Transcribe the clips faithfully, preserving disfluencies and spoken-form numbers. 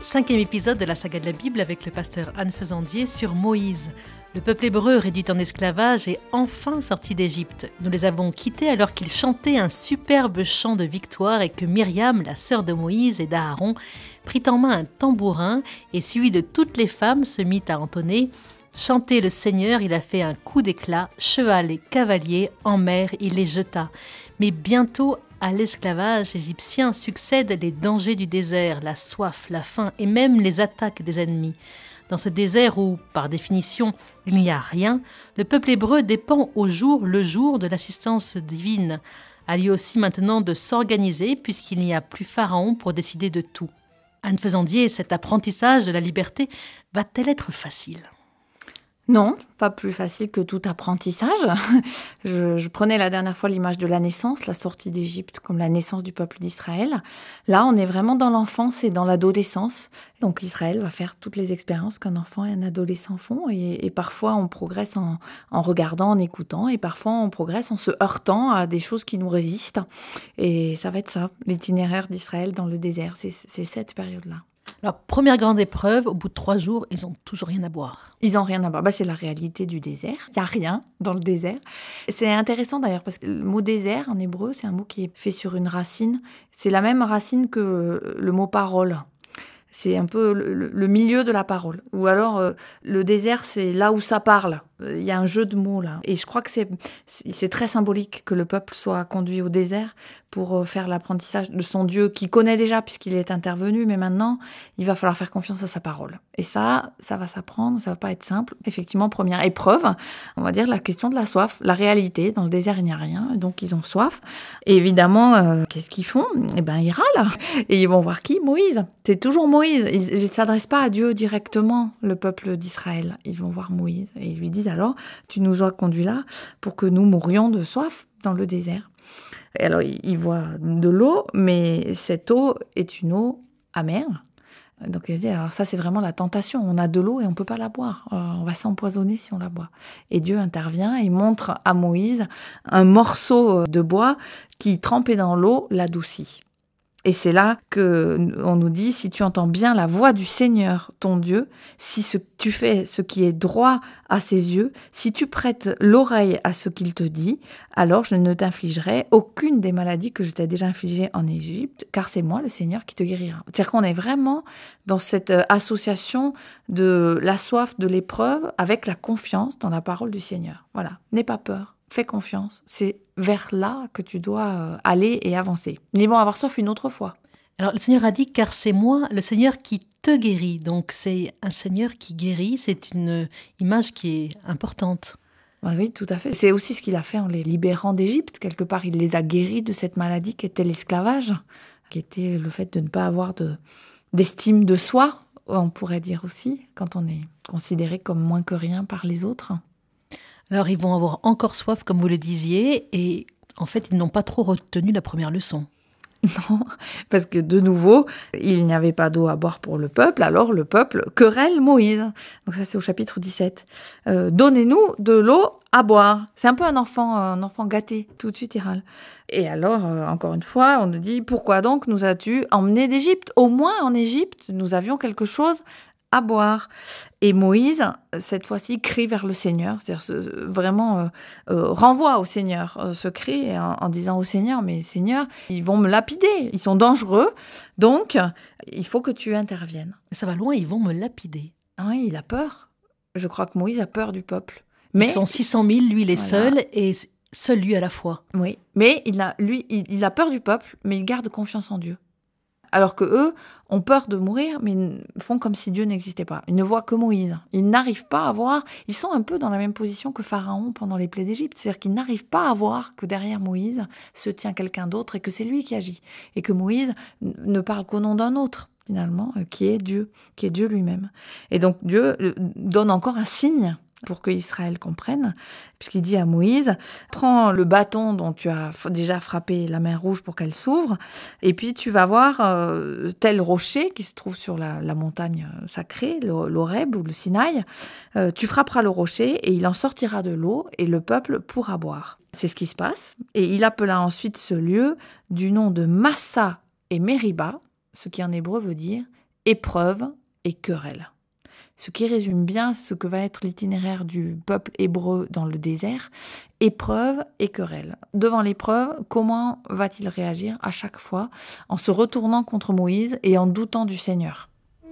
Cinquième épisode de la saga de la Bible avec le pasteur Anne Faisandier sur Moïse. Le peuple hébreu réduit en esclavage est enfin sorti d'Égypte. Nous les avons quittés alors qu'ils chantaient un superbe chant de victoire et que Myriam, la sœur de Moïse et d'Aaron, prit en main un tambourin et suivi de toutes les femmes se mit à entonner « Chantez le Seigneur, il a fait un coup d'éclat, cheval et cavalier, en mer il les jeta. » Mais bientôt, à l'esclavage égyptien succèdent les dangers du désert, la soif, la faim et même les attaques des ennemis. Dans ce désert où, par définition, il n'y a rien, le peuple hébreu dépend au jour le jour de l'assistance divine. À lui aussi maintenant de s'organiser puisqu'il n'y a plus Pharaon pour décider de tout. Anne Faisandier, cet apprentissage de la liberté va-t-elle être facile ? Non, pas plus facile que tout apprentissage. Je, je prenais la dernière fois l'image de la naissance, la sortie d'Égypte comme la naissance du peuple d'Israël. Là, on est vraiment dans l'enfance et dans l'adolescence. Donc Israël va faire toutes les expériences qu'un enfant et un adolescent font. Et, et parfois, on progresse en, en regardant, en écoutant. Et parfois, on progresse en se heurtant à des choses qui nous résistent. Et ça va être ça, l'itinéraire d'Israël dans le désert. C'est, c'est cette période-là. Alors, première grande épreuve, au bout de trois jours, ils n'ont toujours rien à boire. Ils n'ont rien à boire. Bah, c'est la réalité du désert. Il n'y a rien dans le désert. C'est intéressant d'ailleurs parce que le mot désert en hébreu, c'est un mot qui est fait sur une racine. C'est la même racine que le mot parole. C'est un peu le, le milieu de la parole. Ou alors, euh, le désert, c'est là où ça parle. Il y a un jeu de mots là. Et je crois que c'est, c'est très symbolique que le peuple soit conduit au désert pour faire l'apprentissage de son Dieu qu'il connaît déjà puisqu'il est intervenu. Mais maintenant, il va falloir faire confiance à sa parole. Et ça, ça va s'apprendre, ça va pas être simple. Effectivement, première épreuve, on va dire la question de la soif, la réalité. Dans le désert, il n'y a rien. Donc, ils ont soif. Et évidemment, euh, qu'est-ce qu'ils font ? Eh ben, ils râlent. Et ils vont voir qui ? Moïse. C'est toujours Moïse. Ils ne s'adressent pas à Dieu directement, le peuple d'Israël. Ils vont voir Moïse et ils lui disent alors, tu nous as conduits là pour que nous mourions de soif dans le désert. Et alors, ils voient de l'eau, mais cette eau est une eau amère. Donc, il dit, alors ça, c'est vraiment la tentation. On a de l'eau et on ne peut pas la boire. On va s'empoisonner si on la boit. Et Dieu intervient et montre à Moïse un morceau de bois qui, trempé dans l'eau, l'adoucit. Et c'est là qu'on nous dit, si tu entends bien la voix du Seigneur, ton Dieu, si ce, tu fais ce qui est droit à ses yeux, si tu prêtes l'oreille à ce qu'il te dit, alors je ne t'infligerai aucune des maladies que je t'ai déjà infligées en Égypte, car c'est moi, le Seigneur, qui te guérira. C'est-à-dire qu'on est vraiment dans cette association de la soif de l'épreuve avec la confiance dans la parole du Seigneur. Voilà, n'aie pas peur. Fais confiance, c'est vers là que tu dois aller et avancer. Ils vont avoir soif une autre fois. Alors le Seigneur a dit, car c'est moi, le Seigneur qui te guérit. Donc c'est un Seigneur qui guérit, c'est une image qui est importante. Oui, tout à fait. C'est aussi ce qu'il a fait en les libérant d'Égypte. Quelque part, il les a guéris de cette maladie qui était l'esclavage, qui était le fait de ne pas avoir de, d'estime de soi, on pourrait dire aussi, quand on est considéré comme moins que rien par les autres. Alors, ils vont avoir encore soif, comme vous le disiez, et en fait, ils n'ont pas trop retenu la première leçon. Non, parce que de nouveau, il n'y avait pas d'eau à boire pour le peuple, alors le peuple querelle Moïse. Donc ça, c'est au chapitre dix-sept. Euh, Donnez-nous de l'eau à boire. C'est un peu un enfant, un enfant gâté, tout de suite il râle. Et alors, euh, encore une fois, on nous dit, pourquoi donc nous as-tu emmenés d'Égypte ? Au moins en Égypte, nous avions quelque chose à boire. Et Moïse, cette fois-ci, crie vers le Seigneur, c'est-à-dire vraiment euh, euh, renvoie au Seigneur euh, ce cri en, en disant au Seigneur, mais Seigneur, ils vont me lapider, ils sont dangereux, donc il faut que tu interviennes. Mais ça va loin, ils vont me lapider. Ah oui, il a peur. Je crois que Moïse a peur du peuple. Mais, ils sont six cent mille, lui il est voilà. seul, et seul lui à la fois. Oui, mais il a, lui, il, il a peur du peuple, mais il garde confiance en Dieu. Alors que eux ont peur de mourir, mais ils font comme si Dieu n'existait pas. Ils ne voient que Moïse. Ils n'arrivent pas à voir... Ils sont un peu dans la même position que Pharaon pendant les plaies d'Égypte. C'est-à-dire qu'ils n'arrivent pas à voir que derrière Moïse se tient quelqu'un d'autre et que c'est lui qui agit. Et que Moïse ne parle qu'au nom d'un autre, finalement, qui est Dieu, qui est Dieu lui-même. Et donc Dieu donne encore un signe pour que Israël comprenne, puisqu'il dit à Moïse, prends le bâton dont tu as déjà frappé la mer Rouge pour qu'elle s'ouvre, et puis tu vas voir euh, tel rocher qui se trouve sur la, la montagne sacrée, l'Horeb ou le Sinaï, euh, tu frapperas le rocher et il en sortira de l'eau et le peuple pourra boire. C'est ce qui se passe. Et il appela ensuite ce lieu du nom de Massa et Mériba, ce qui en hébreu veut dire épreuve et querelle. Ce qui résume bien ce que va être l'itinéraire du peuple hébreu dans le désert, épreuve et querelle. Devant l'épreuve, comment va-t-il réagir à chaque fois en se retournant contre Moïse et en doutant du Seigneur ?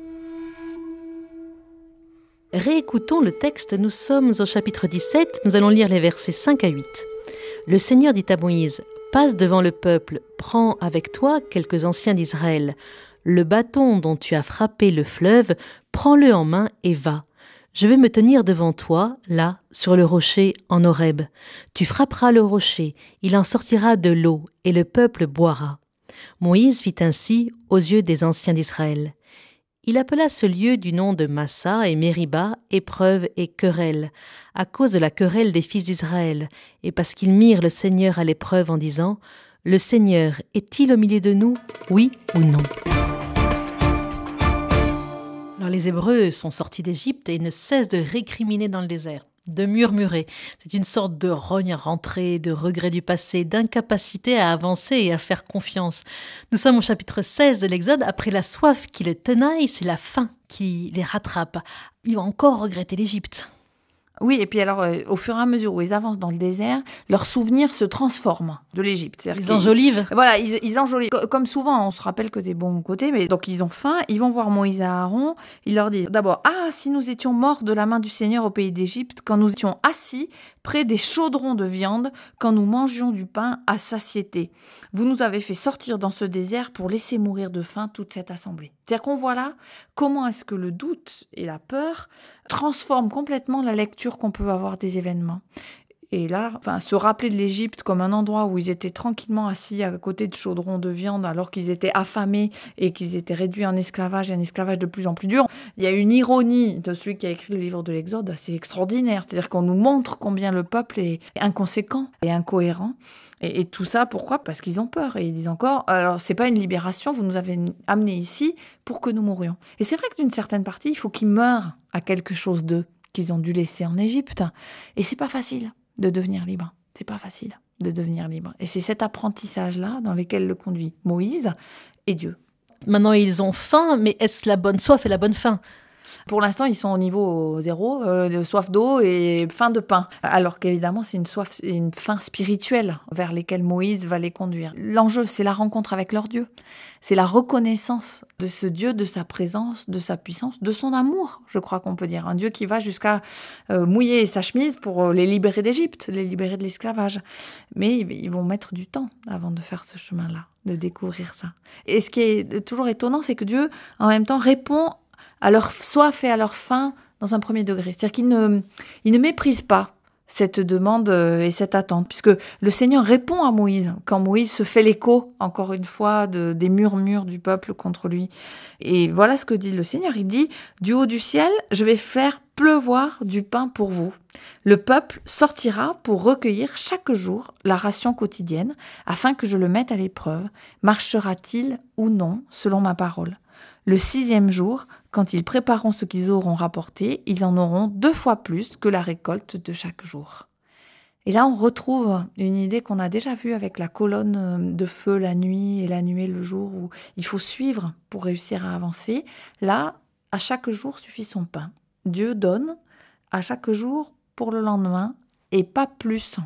Réécoutons le texte, nous sommes au chapitre dix-sept, nous allons lire les versets cinq à huit. Le Seigneur dit à Moïse, « Passe devant le peuple, prends avec toi quelques anciens d'Israël. Le bâton dont tu as frappé le fleuve, prends-le en main et va. Je vais me tenir devant toi, là, sur le rocher en Horeb. Tu frapperas le rocher, il en sortira de l'eau, et le peuple boira. » Moïse fit ainsi aux yeux des anciens d'Israël. Il appela ce lieu du nom de Massa et Mériba, épreuve et querelle, à cause de la querelle des fils d'Israël, et parce qu'ils mirent le Seigneur à l'épreuve en disant « Le Seigneur est-il au milieu de nous, oui ou non ?» Alors les Hébreux sont sortis d'Égypte et ne cessent de récriminer dans le désert, de murmurer. C'est une sorte de rogne à rentrer, de regret du passé, d'incapacité à avancer et à faire confiance. Nous sommes au chapitre seize de l'Exode. Après la soif qui les tenaille, c'est la faim qui les rattrape. Ils vont encore regretter l'Égypte. Oui, et puis alors, euh, au fur et à mesure où ils avancent dans le désert, leurs souvenirs se transforment de l'Égypte. Ils enjolivent. Voilà, ils, ils enjolivent. Comme souvent, on se rappelle que des bons côtés, mais donc ils ont faim, ils vont voir Moïse et Aaron, ils leur disent d'abord, « Ah, si nous étions morts de la main du Seigneur au pays d'Égypte, quand nous étions assis près des chaudrons de viande, quand nous mangions du pain à satiété. Vous nous avez fait sortir dans ce désert pour laisser mourir de faim toute cette assemblée. » C'est-à-dire qu'on voit là comment est-ce que le doute et la peur transforment complètement la lecture qu'on peut avoir des événements. Et là, enfin, se rappeler de l'Égypte comme un endroit où ils étaient tranquillement assis à côté de chaudrons de viande alors qu'ils étaient affamés et qu'ils étaient réduits en esclavage, et un esclavage de plus en plus dur. Il y a une ironie de celui qui a écrit le livre de l'Exode assez extraordinaire. C'est-à-dire qu'on nous montre combien le peuple est inconséquent et incohérent. Et, et tout ça, pourquoi ? Parce qu'ils ont peur. Et ils disent encore, alors c'est pas une libération, vous nous avez amenés ici pour que nous mourions. Et c'est vrai que d'une certaine partie, il faut qu'ils meurent à quelque chose d'eux qu'ils ont dû laisser en Égypte. Et c'est pas facile de devenir libre. C'est pas facile de devenir libre. Et c'est cet apprentissage-là dans lequel le conduit Moïse et Dieu. Maintenant, ils ont faim, mais est-ce la bonne soif et la bonne faim ? Pour l'instant, ils sont au niveau zéro, euh, de soif d'eau et faim de pain. Alors qu'évidemment, c'est une soif, une faim spirituelle vers lesquelles Moïse va les conduire. L'enjeu, c'est la rencontre avec leur Dieu. C'est la reconnaissance de ce Dieu, de sa présence, de sa puissance, de son amour, je crois qu'on peut dire. Un Dieu qui va jusqu'à euh, mouiller sa chemise pour les libérer d'Égypte, les libérer de l'esclavage. Mais ils vont mettre du temps avant de faire ce chemin-là, de découvrir ça. Et ce qui est toujours étonnant, c'est que Dieu, en même temps, répond à leur soif et à leur faim dans un premier degré. C'est-à-dire qu'ils ne, ils ne méprisent pas cette demande et cette attente, puisque le Seigneur répond à Moïse, quand Moïse se fait l'écho, encore une fois, de, des murmures du peuple contre lui. Et voilà ce que dit le Seigneur, il dit « Du haut du ciel, je vais faire pleuvoir du pain pour vous. Le peuple sortira pour recueillir chaque jour la ration quotidienne, afin que je le mette à l'épreuve. Marchera-t-il ou non selon ma parole ? Le sixième jour, quand ils prépareront ce qu'ils auront rapporté, ils en auront deux fois plus que la récolte de chaque jour. » Et là, on retrouve une idée qu'on a déjà vue avec la colonne de feu la nuit et la nuée le jour, où il faut suivre pour réussir à avancer. Là, à chaque jour suffit son pain. Dieu donne à chaque jour pour le lendemain et pas plus.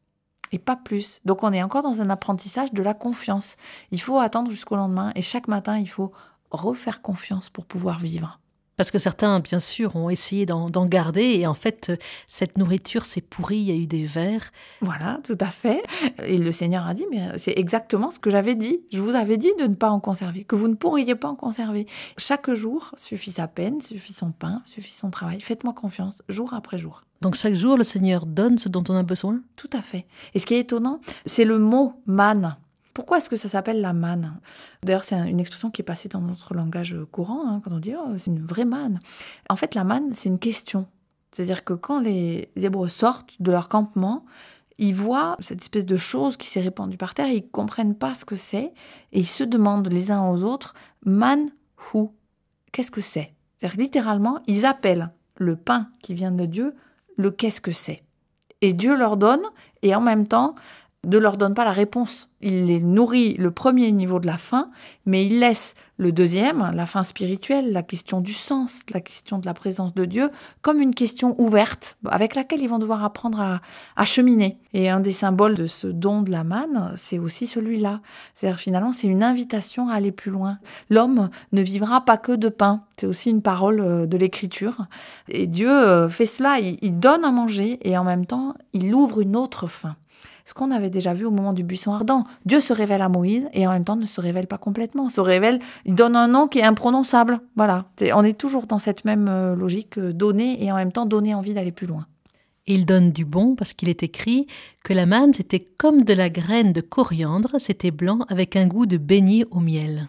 Et pas plus. Donc on est encore dans un apprentissage de la confiance. Il faut attendre jusqu'au lendemain et chaque matin, il faut refaire confiance pour pouvoir vivre. Parce que certains, bien sûr, ont essayé d'en, d'en garder et en fait, cette nourriture s'est pourrie, il y a eu des vers. Voilà, tout à fait. Et le Seigneur a dit, mais c'est exactement ce que j'avais dit. Je vous avais dit de ne pas en conserver, que vous ne pourriez pas en conserver. Chaque jour suffit sa peine, suffit son pain, suffit son travail. Faites-moi confiance, jour après jour. Donc chaque jour, le Seigneur donne ce dont on a besoin ? Tout à fait. Et ce qui est étonnant, c'est le mot « manne ». Pourquoi est-ce que ça s'appelle la manne ? D'ailleurs, c'est une expression qui est passée dans notre langage courant, hein, quand on dit oh, « c'est une vraie manne ». En fait, la manne, c'est une question. C'est-à-dire que quand les Hébreux sortent de leur campement, ils voient cette espèce de chose qui s'est répandue par terre, et ils ne comprennent pas ce que c'est, et ils se demandent les uns aux autres « man hu » qu'est-ce que c'est ? C'est-à-dire littéralement, ils appellent le pain qui vient de Dieu le « qu'est-ce que c'est ?» Et Dieu leur donne, et en même temps, ne leur donne pas la réponse. Il les nourrit le premier niveau de la faim, mais il laisse le deuxième, la faim spirituelle, la question du sens, la question de la présence de Dieu, comme une question ouverte avec laquelle ils vont devoir apprendre à, à cheminer. Et un des symboles de ce don de la manne, c'est aussi celui-là. C'est-à-dire finalement, c'est une invitation à aller plus loin. L'homme ne vivra pas que de pain. C'est aussi une parole de l'Écriture. Et Dieu fait cela, il, il donne à manger et en même temps, il ouvre une autre faim. Ce qu'on avait déjà vu au moment du buisson ardent. Dieu se révèle à Moïse et en même temps ne se révèle pas complètement. Se révèle, il donne un nom qui est imprononçable. Voilà. C'est, on est toujours dans cette même logique, donner et en même temps donner envie d'aller plus loin. Et il donne du bon parce qu'il est écrit que la manne, c'était comme de la graine de coriandre, c'était blanc avec un goût de beignet au miel.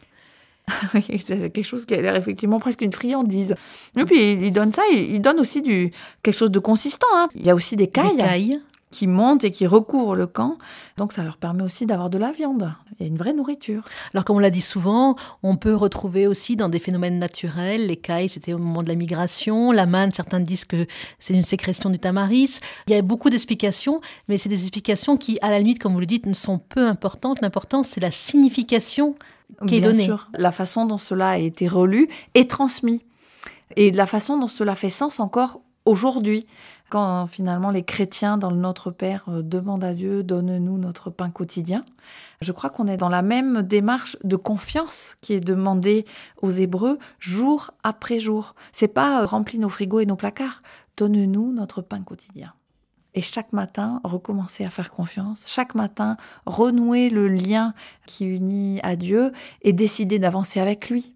C'est quelque chose qui a l'air effectivement presque une friandise. Et puis il donne ça, il donne aussi du, quelque chose de consistant. Hein. Il y a aussi des cailles. Des cailles. Qui montent et qui recouvrent le camp. Donc, ça leur permet aussi d'avoir de la viande. Il y a une vraie nourriture. Alors, comme on l'a dit souvent, on peut retrouver aussi dans des phénomènes naturels. Les cailles, c'était au moment de la migration. La manne, certains disent que c'est une sécrétion du tamaris. Il y a beaucoup d'explications, mais c'est des explications qui, à la limite, comme vous le dites, ne sont peu importantes. L'important, c'est la signification qui est Bien donnée. Sûr. La façon dont cela a été relu et transmis. Et la façon dont cela fait sens encore aujourd'hui. Quand finalement les chrétiens dans le Notre Père euh, demandent à Dieu « Donne-nous notre pain quotidien », je crois qu'on est dans la même démarche de confiance qui est demandée aux Hébreux jour après jour. C'est pas euh, « Remplis nos frigos et nos placards », « Donne-nous notre pain quotidien ». Et chaque matin, recommencer à faire confiance. Chaque matin, renouer le lien qui unit à Dieu et décider d'avancer avec lui.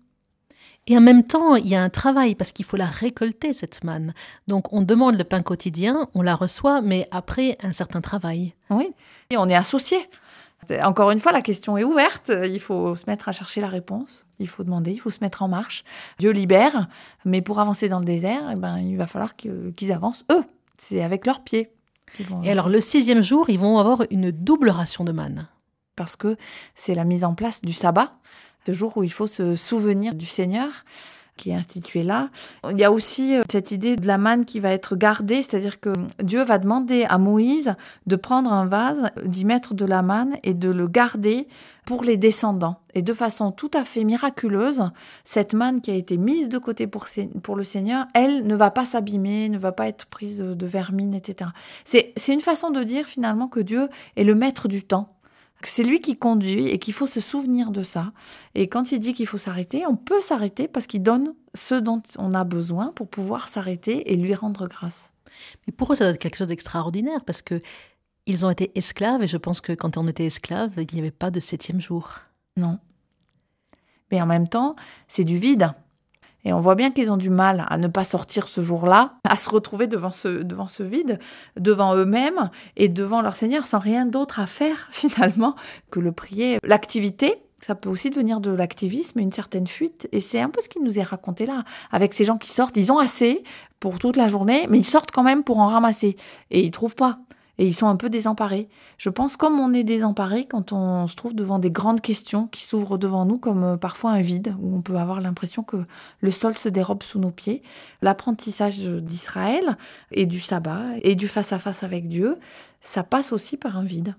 Et en même temps, il y a un travail parce qu'il faut la récolter, cette manne. Donc, on demande le pain quotidien, on la reçoit, mais après, un certain travail. Oui, et on est associés. Encore une fois, la question est ouverte. Il faut se mettre à chercher la réponse. Il faut demander, il faut se mettre en marche. Dieu libère, mais pour avancer dans le désert, eh ben, il va falloir que, qu'ils avancent, eux. C'est avec leurs pieds. Et alors, le sixième jour, ils vont avoir une double ration de manne. Parce que c'est la mise en place du sabbat. Ce jour où il faut se souvenir du Seigneur qui est institué là. Il y a aussi cette idée de la manne qui va être gardée, c'est-à-dire que Dieu va demander à Moïse de prendre un vase, d'y mettre de la manne et de le garder pour les descendants. Et de façon tout à fait miraculeuse, cette manne qui a été mise de côté pour, pour le Seigneur, elle ne va pas s'abîmer, ne va pas être prise de vermine, et cetera. C'est, c'est une façon de dire finalement que Dieu est le maître du temps. C'est lui qui conduit et qu'il faut se souvenir de ça. Et quand il dit qu'il faut s'arrêter, on peut s'arrêter parce qu'il donne ce dont on a besoin pour pouvoir s'arrêter et lui rendre grâce. Mais pour eux, ça doit être quelque chose d'extraordinaire parce qu'ils ont été esclaves et je pense que quand on était esclave, il n'y avait pas de septième jour. Non. Mais en même temps, c'est du vide. Et on voit bien qu'ils ont du mal à ne pas sortir ce jour-là, à se retrouver devant ce, devant ce vide, devant eux-mêmes et devant leur Seigneur, sans rien d'autre à faire finalement que le prier. L'activité, ça peut aussi devenir de l'activisme, une certaine fuite. Et c'est un peu ce qui nous est raconté là, avec ces gens qui sortent. Ils ont assez pour toute la journée, mais ils sortent quand même pour en ramasser. Et ils ne trouvent pas. Et ils sont un peu désemparés. Je pense comme on est désemparés quand on se trouve devant des grandes questions qui s'ouvrent devant nous, comme parfois un vide, où on peut avoir l'impression que le sol se dérobe sous nos pieds. L'apprentissage d'Israël et du sabbat et du face-à-face avec Dieu, ça passe aussi par un vide.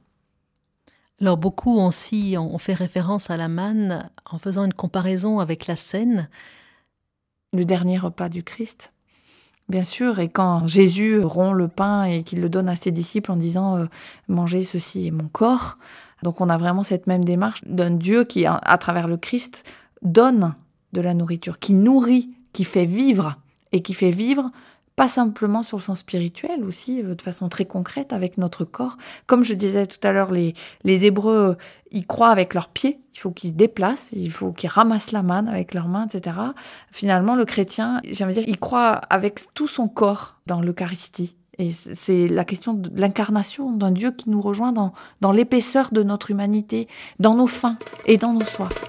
Alors beaucoup aussi ont fait référence à la manne en faisant une comparaison avec la scène. Le dernier repas du Christ. Bien sûr, et quand Jésus rompt le pain et qu'il le donne à ses disciples en disant euh, « Mangez, ceci est mon corps », donc on a vraiment cette même démarche d'un Dieu qui, à travers le Christ, donne de la nourriture, qui nourrit, qui fait vivre, et qui fait vivre pas simplement sur le sens spirituel, aussi de façon très concrète avec notre corps. Comme je disais tout à l'heure, les, les Hébreux, ils croient avec leurs pieds, il faut qu'ils se déplacent, il faut qu'ils ramassent la manne avec leurs mains, et cetera. Finalement, le chrétien, j'aimerais dire, il croit avec tout son corps dans l'Eucharistie. Et c'est la question de l'incarnation d'un Dieu qui nous rejoint dans, dans l'épaisseur de notre humanité, dans nos faims et dans nos soifs.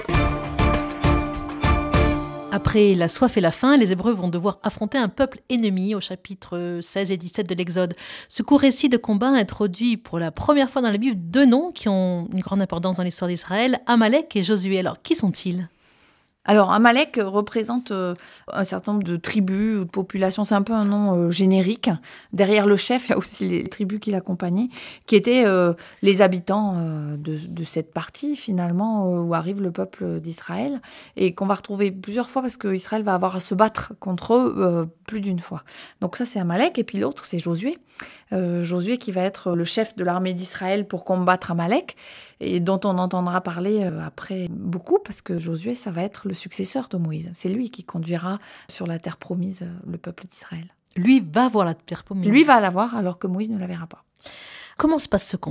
Après la soif et la faim, les Hébreux vont devoir affronter un peuple ennemi au chapitre seize et dix-sept de l'Exode. Ce court récit de combat introduit pour la première fois dans la Bible deux noms qui ont une grande importance dans l'histoire d'Israël, Amalek et Josué. Alors, qui sont-ils ? Alors, Amalek représente euh, un certain nombre de tribus ou de populations. C'est un peu un nom euh, générique. Derrière le chef, il y a aussi les tribus qui l'accompagnaient, qui étaient euh, les habitants euh, de, de cette partie, finalement, euh, où arrive le peuple d'Israël, et qu'on va retrouver plusieurs fois parce qu'Israël va avoir à se battre contre eux euh, plus d'une fois. Donc ça, c'est Amalek. Et puis l'autre, c'est Josué. Euh, Josué qui va être le chef de l'armée d'Israël pour combattre Amalek, et dont on entendra parler euh, après beaucoup, parce que Josué, ça va être le successeur de Moïse. C'est lui qui conduira sur la terre promise euh, le peuple d'Israël. Lui va voir la terre promise. Lui va la voir alors que Moïse ne la verra pas. Comment se passe ce combat ?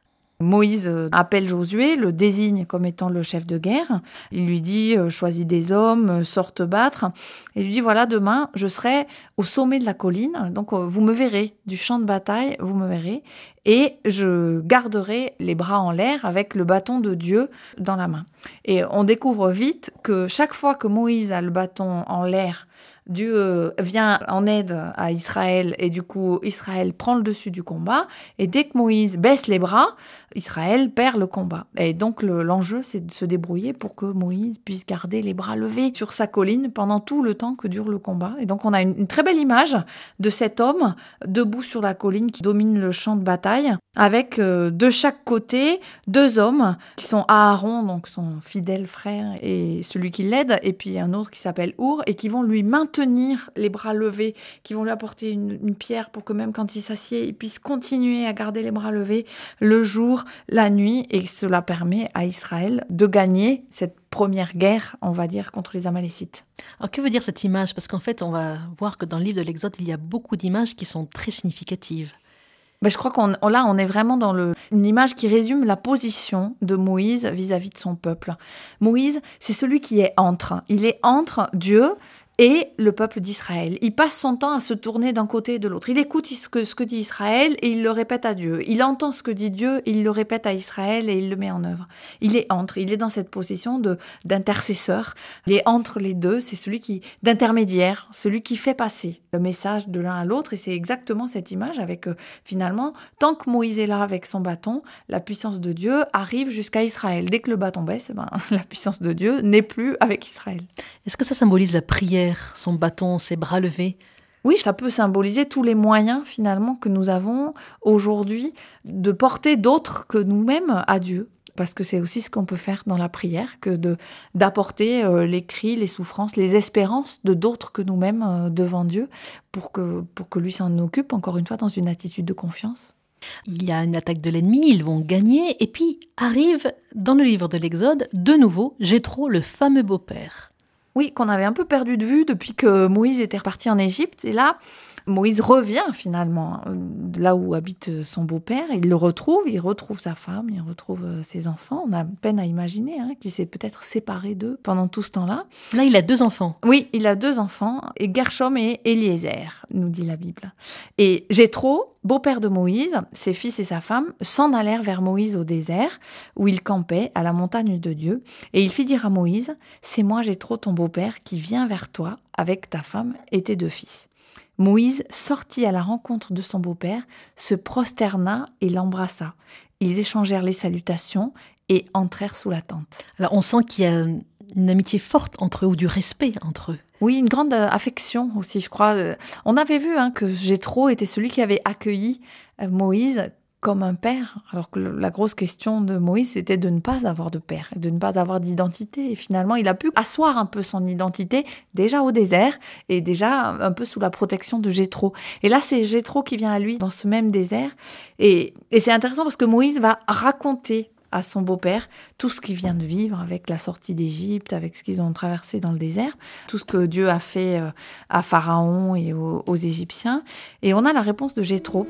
Moïse appelle Josué, le désigne comme étant le chef de guerre. Il lui dit euh, « choisis des hommes, euh, sors te battre ». Et il lui dit « voilà, demain, je serai au sommet de la colline, donc euh, vous me verrez, du champ de bataille, vous me verrez. Et je garderai les bras en l'air avec le bâton de Dieu dans la main ». Et on découvre vite que chaque fois que Moïse a le bâton en l'air, Dieu vient en aide à Israël et du coup, Israël prend le dessus du combat. Et dès que Moïse baisse les bras, Israël perd le combat. Et donc, le, l'enjeu, c'est de se débrouiller pour que Moïse puisse garder les bras levés sur sa colline pendant tout le temps que dure le combat. Et donc, on a une, une très belle image de cet homme debout sur la colline qui domine le champ de bataille, avec euh, de chaque côté deux hommes qui sont Aaron, donc son fidèle frère et celui qui l'aide, et puis un autre qui s'appelle Our, et qui vont lui maintenir les bras levés, qui vont lui apporter une, une pierre pour que même quand il s'assied, il puisse continuer à garder les bras levés le jour, la nuit, et cela permet à Israël de gagner cette première guerre, on va dire, contre les Amalécites. Alors que veut dire cette image ? Parce qu'en fait, on va voir que dans le livre de l'Exode, il y a beaucoup d'images qui sont très significatives. Ben, je crois qu'on là, on est vraiment dans le, une image qui résume la position de Moïse vis-à-vis de son peuple. Moïse, c'est celui qui est entre. Il est entre Dieu et le peuple d'Israël. Il passe son temps à se tourner d'un côté et de l'autre. Il écoute ce que, ce que dit Israël et il le répète à Dieu. Il entend ce que dit Dieu et il le répète à Israël et il le met en œuvre. Il est entre, il est dans cette position de, d'intercesseur. Il est entre les deux, c'est celui qui, d'intermédiaire, celui qui fait passer le message de l'un à l'autre. Et c'est exactement cette image avec, euh, finalement, tant que Moïse est là avec son bâton, la puissance de Dieu arrive jusqu'à Israël. Dès que le bâton baisse, ben, la puissance de Dieu n'est plus avec Israël. Est-ce que ça symbolise la prière ? Son bâton, ses bras levés. Oui, ça peut symboliser tous les moyens finalement que nous avons aujourd'hui de porter d'autres que nous-mêmes à Dieu. Parce que c'est aussi ce qu'on peut faire dans la prière, que de, d'apporter euh, les cris, les souffrances, les espérances de d'autres que nous-mêmes euh, devant Dieu pour que, pour que lui s'en occupe, encore une fois, dans une attitude de confiance. Il y a une attaque de l'ennemi, ils vont gagner. Et puis arrive dans le livre de l'Exode, de nouveau, Jéthro, le fameux beau-père. Oui, qu'on avait un peu perdu de vue depuis que Moïse était reparti en Égypte. Et là, Moïse revient finalement là où habite son beau-père. Il le retrouve, il retrouve sa femme, il retrouve ses enfants. On a peine à imaginer hein, qu'il s'est peut-être séparé d'eux pendant tout ce temps-là. Là, il a deux enfants. Oui, il a deux enfants, et Gershom et Eliezer, nous dit la Bible. Et Jéthro, beau-père de Moïse, ses fils et sa femme s'en allèrent vers Moïse au désert, où il campait à la montagne de Dieu. Et il fit dire à Moïse, « C'est moi, Jéthro, ton beau-père, qui vient vers toi avec ta femme et tes deux fils. » Moïse sortit à la rencontre de son beau-père, se prosterna et l'embrassa. Ils échangèrent les salutations et entrèrent sous la tente. Alors on sent qu'il y a une amitié forte entre eux, ou du respect entre eux. Oui, une grande affection aussi, je crois. On avait vu hein, que Jéthro était celui qui avait accueilli Moïse comme un père, alors que la grosse question de Moïse, c'était de ne pas avoir de père, de ne pas avoir d'identité. Et finalement, il a pu asseoir un peu son identité, déjà au désert, et déjà un peu sous la protection de Jéthro. Et là, c'est Jéthro qui vient à lui dans ce même désert. Et, et c'est intéressant parce que Moïse va raconter à son beau-père tout ce qu'il vient de vivre avec la sortie d'Égypte, avec ce qu'ils ont traversé dans le désert, tout ce que Dieu a fait à Pharaon et aux, aux Égyptiens. Et on a la réponse de Jéthro.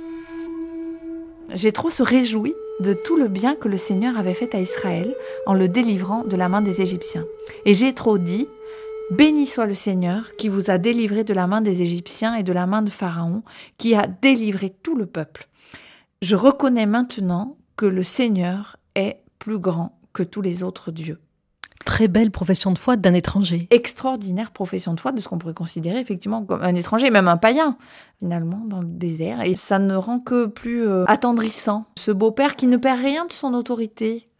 Jéthro se réjouit de tout le bien que le Seigneur avait fait à Israël en le délivrant de la main des Égyptiens. Et Jéthro dit « Béni soit le Seigneur qui vous a délivré de la main des Égyptiens et de la main de Pharaon, qui a délivré tout le peuple. Je reconnais maintenant que le Seigneur est plus grand que tous les autres dieux. » Très belle profession de foi d'un étranger. Extraordinaire profession de foi de ce qu'on pourrait considérer effectivement comme un étranger, même un païen, finalement, dans le désert. Et ça ne rend que plus euh, attendrissant. Ce beau-père qui ne perd rien de son autorité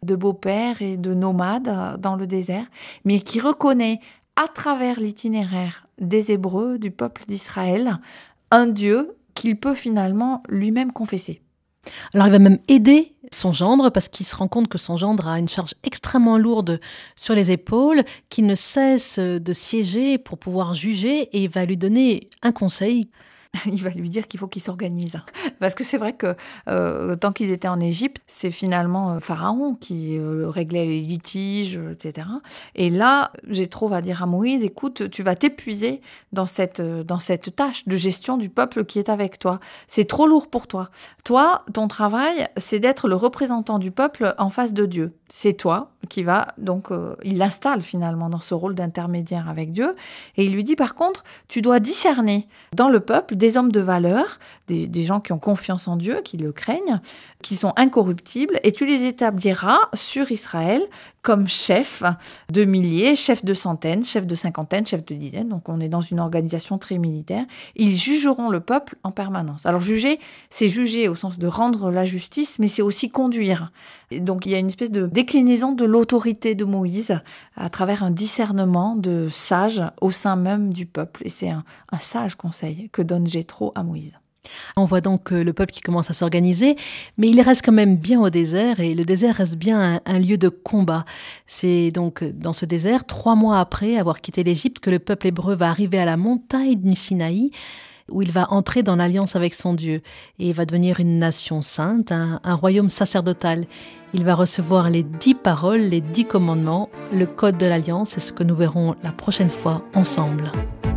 de beau-père et de nomade dans le désert, mais qui reconnaît à travers l'itinéraire des Hébreux, du peuple d'Israël, un Dieu qu'il peut finalement lui-même confesser. Alors il va même aider son gendre parce qu'il se rend compte que son gendre a une charge extrêmement lourde sur les épaules, qu'il ne cesse de siéger pour pouvoir juger et il va lui donner un conseil. Il va lui dire qu'il faut qu'il s'organise. Parce que c'est vrai que euh, tant qu'ils étaient en Égypte, c'est finalement euh, Pharaon qui euh, réglait les litiges, et cetera. Et là, Jéthro va dire à Moïse, écoute, tu vas t'épuiser dans cette, euh, dans cette tâche de gestion du peuple qui est avec toi. C'est trop lourd pour toi. Toi, ton travail, c'est d'être le représentant du peuple en face de Dieu. C'est toi qui va, donc, euh, il l'installe finalement dans ce rôle d'intermédiaire avec Dieu. Et il lui dit, par contre, tu dois discerner dans le peuple des hommes de valeur, des, des gens qui ont confiance en Dieu, qui le craignent, qui sont incorruptibles, et tu les établiras sur Israël comme chefs de milliers, chefs de centaines, chefs de cinquantaines, chefs de dizaines. Donc on est dans une organisation très militaire. Ils jugeront le peuple en permanence. Alors juger, c'est juger au sens de rendre la justice, mais c'est aussi conduire. Et donc il y a une espèce de déclinaison de l'autorité de Moïse à travers un discernement de sages au sein même du peuple. Et c'est un, un sage conseil que donne Jéthro à Moïse. On voit donc le peuple qui commence à s'organiser, mais il reste quand même bien au désert, et le désert reste bien un, un lieu de combat. C'est donc dans ce désert, trois mois après avoir quitté l'Égypte, que le peuple hébreu va arriver à la montagne du Sinaï, où il va entrer dans l'alliance avec son Dieu, et il va devenir une nation sainte, un, un royaume sacerdotal. Il va recevoir les dix paroles, les dix commandements, le code de l'alliance, c'est ce que nous verrons la prochaine fois ensemble.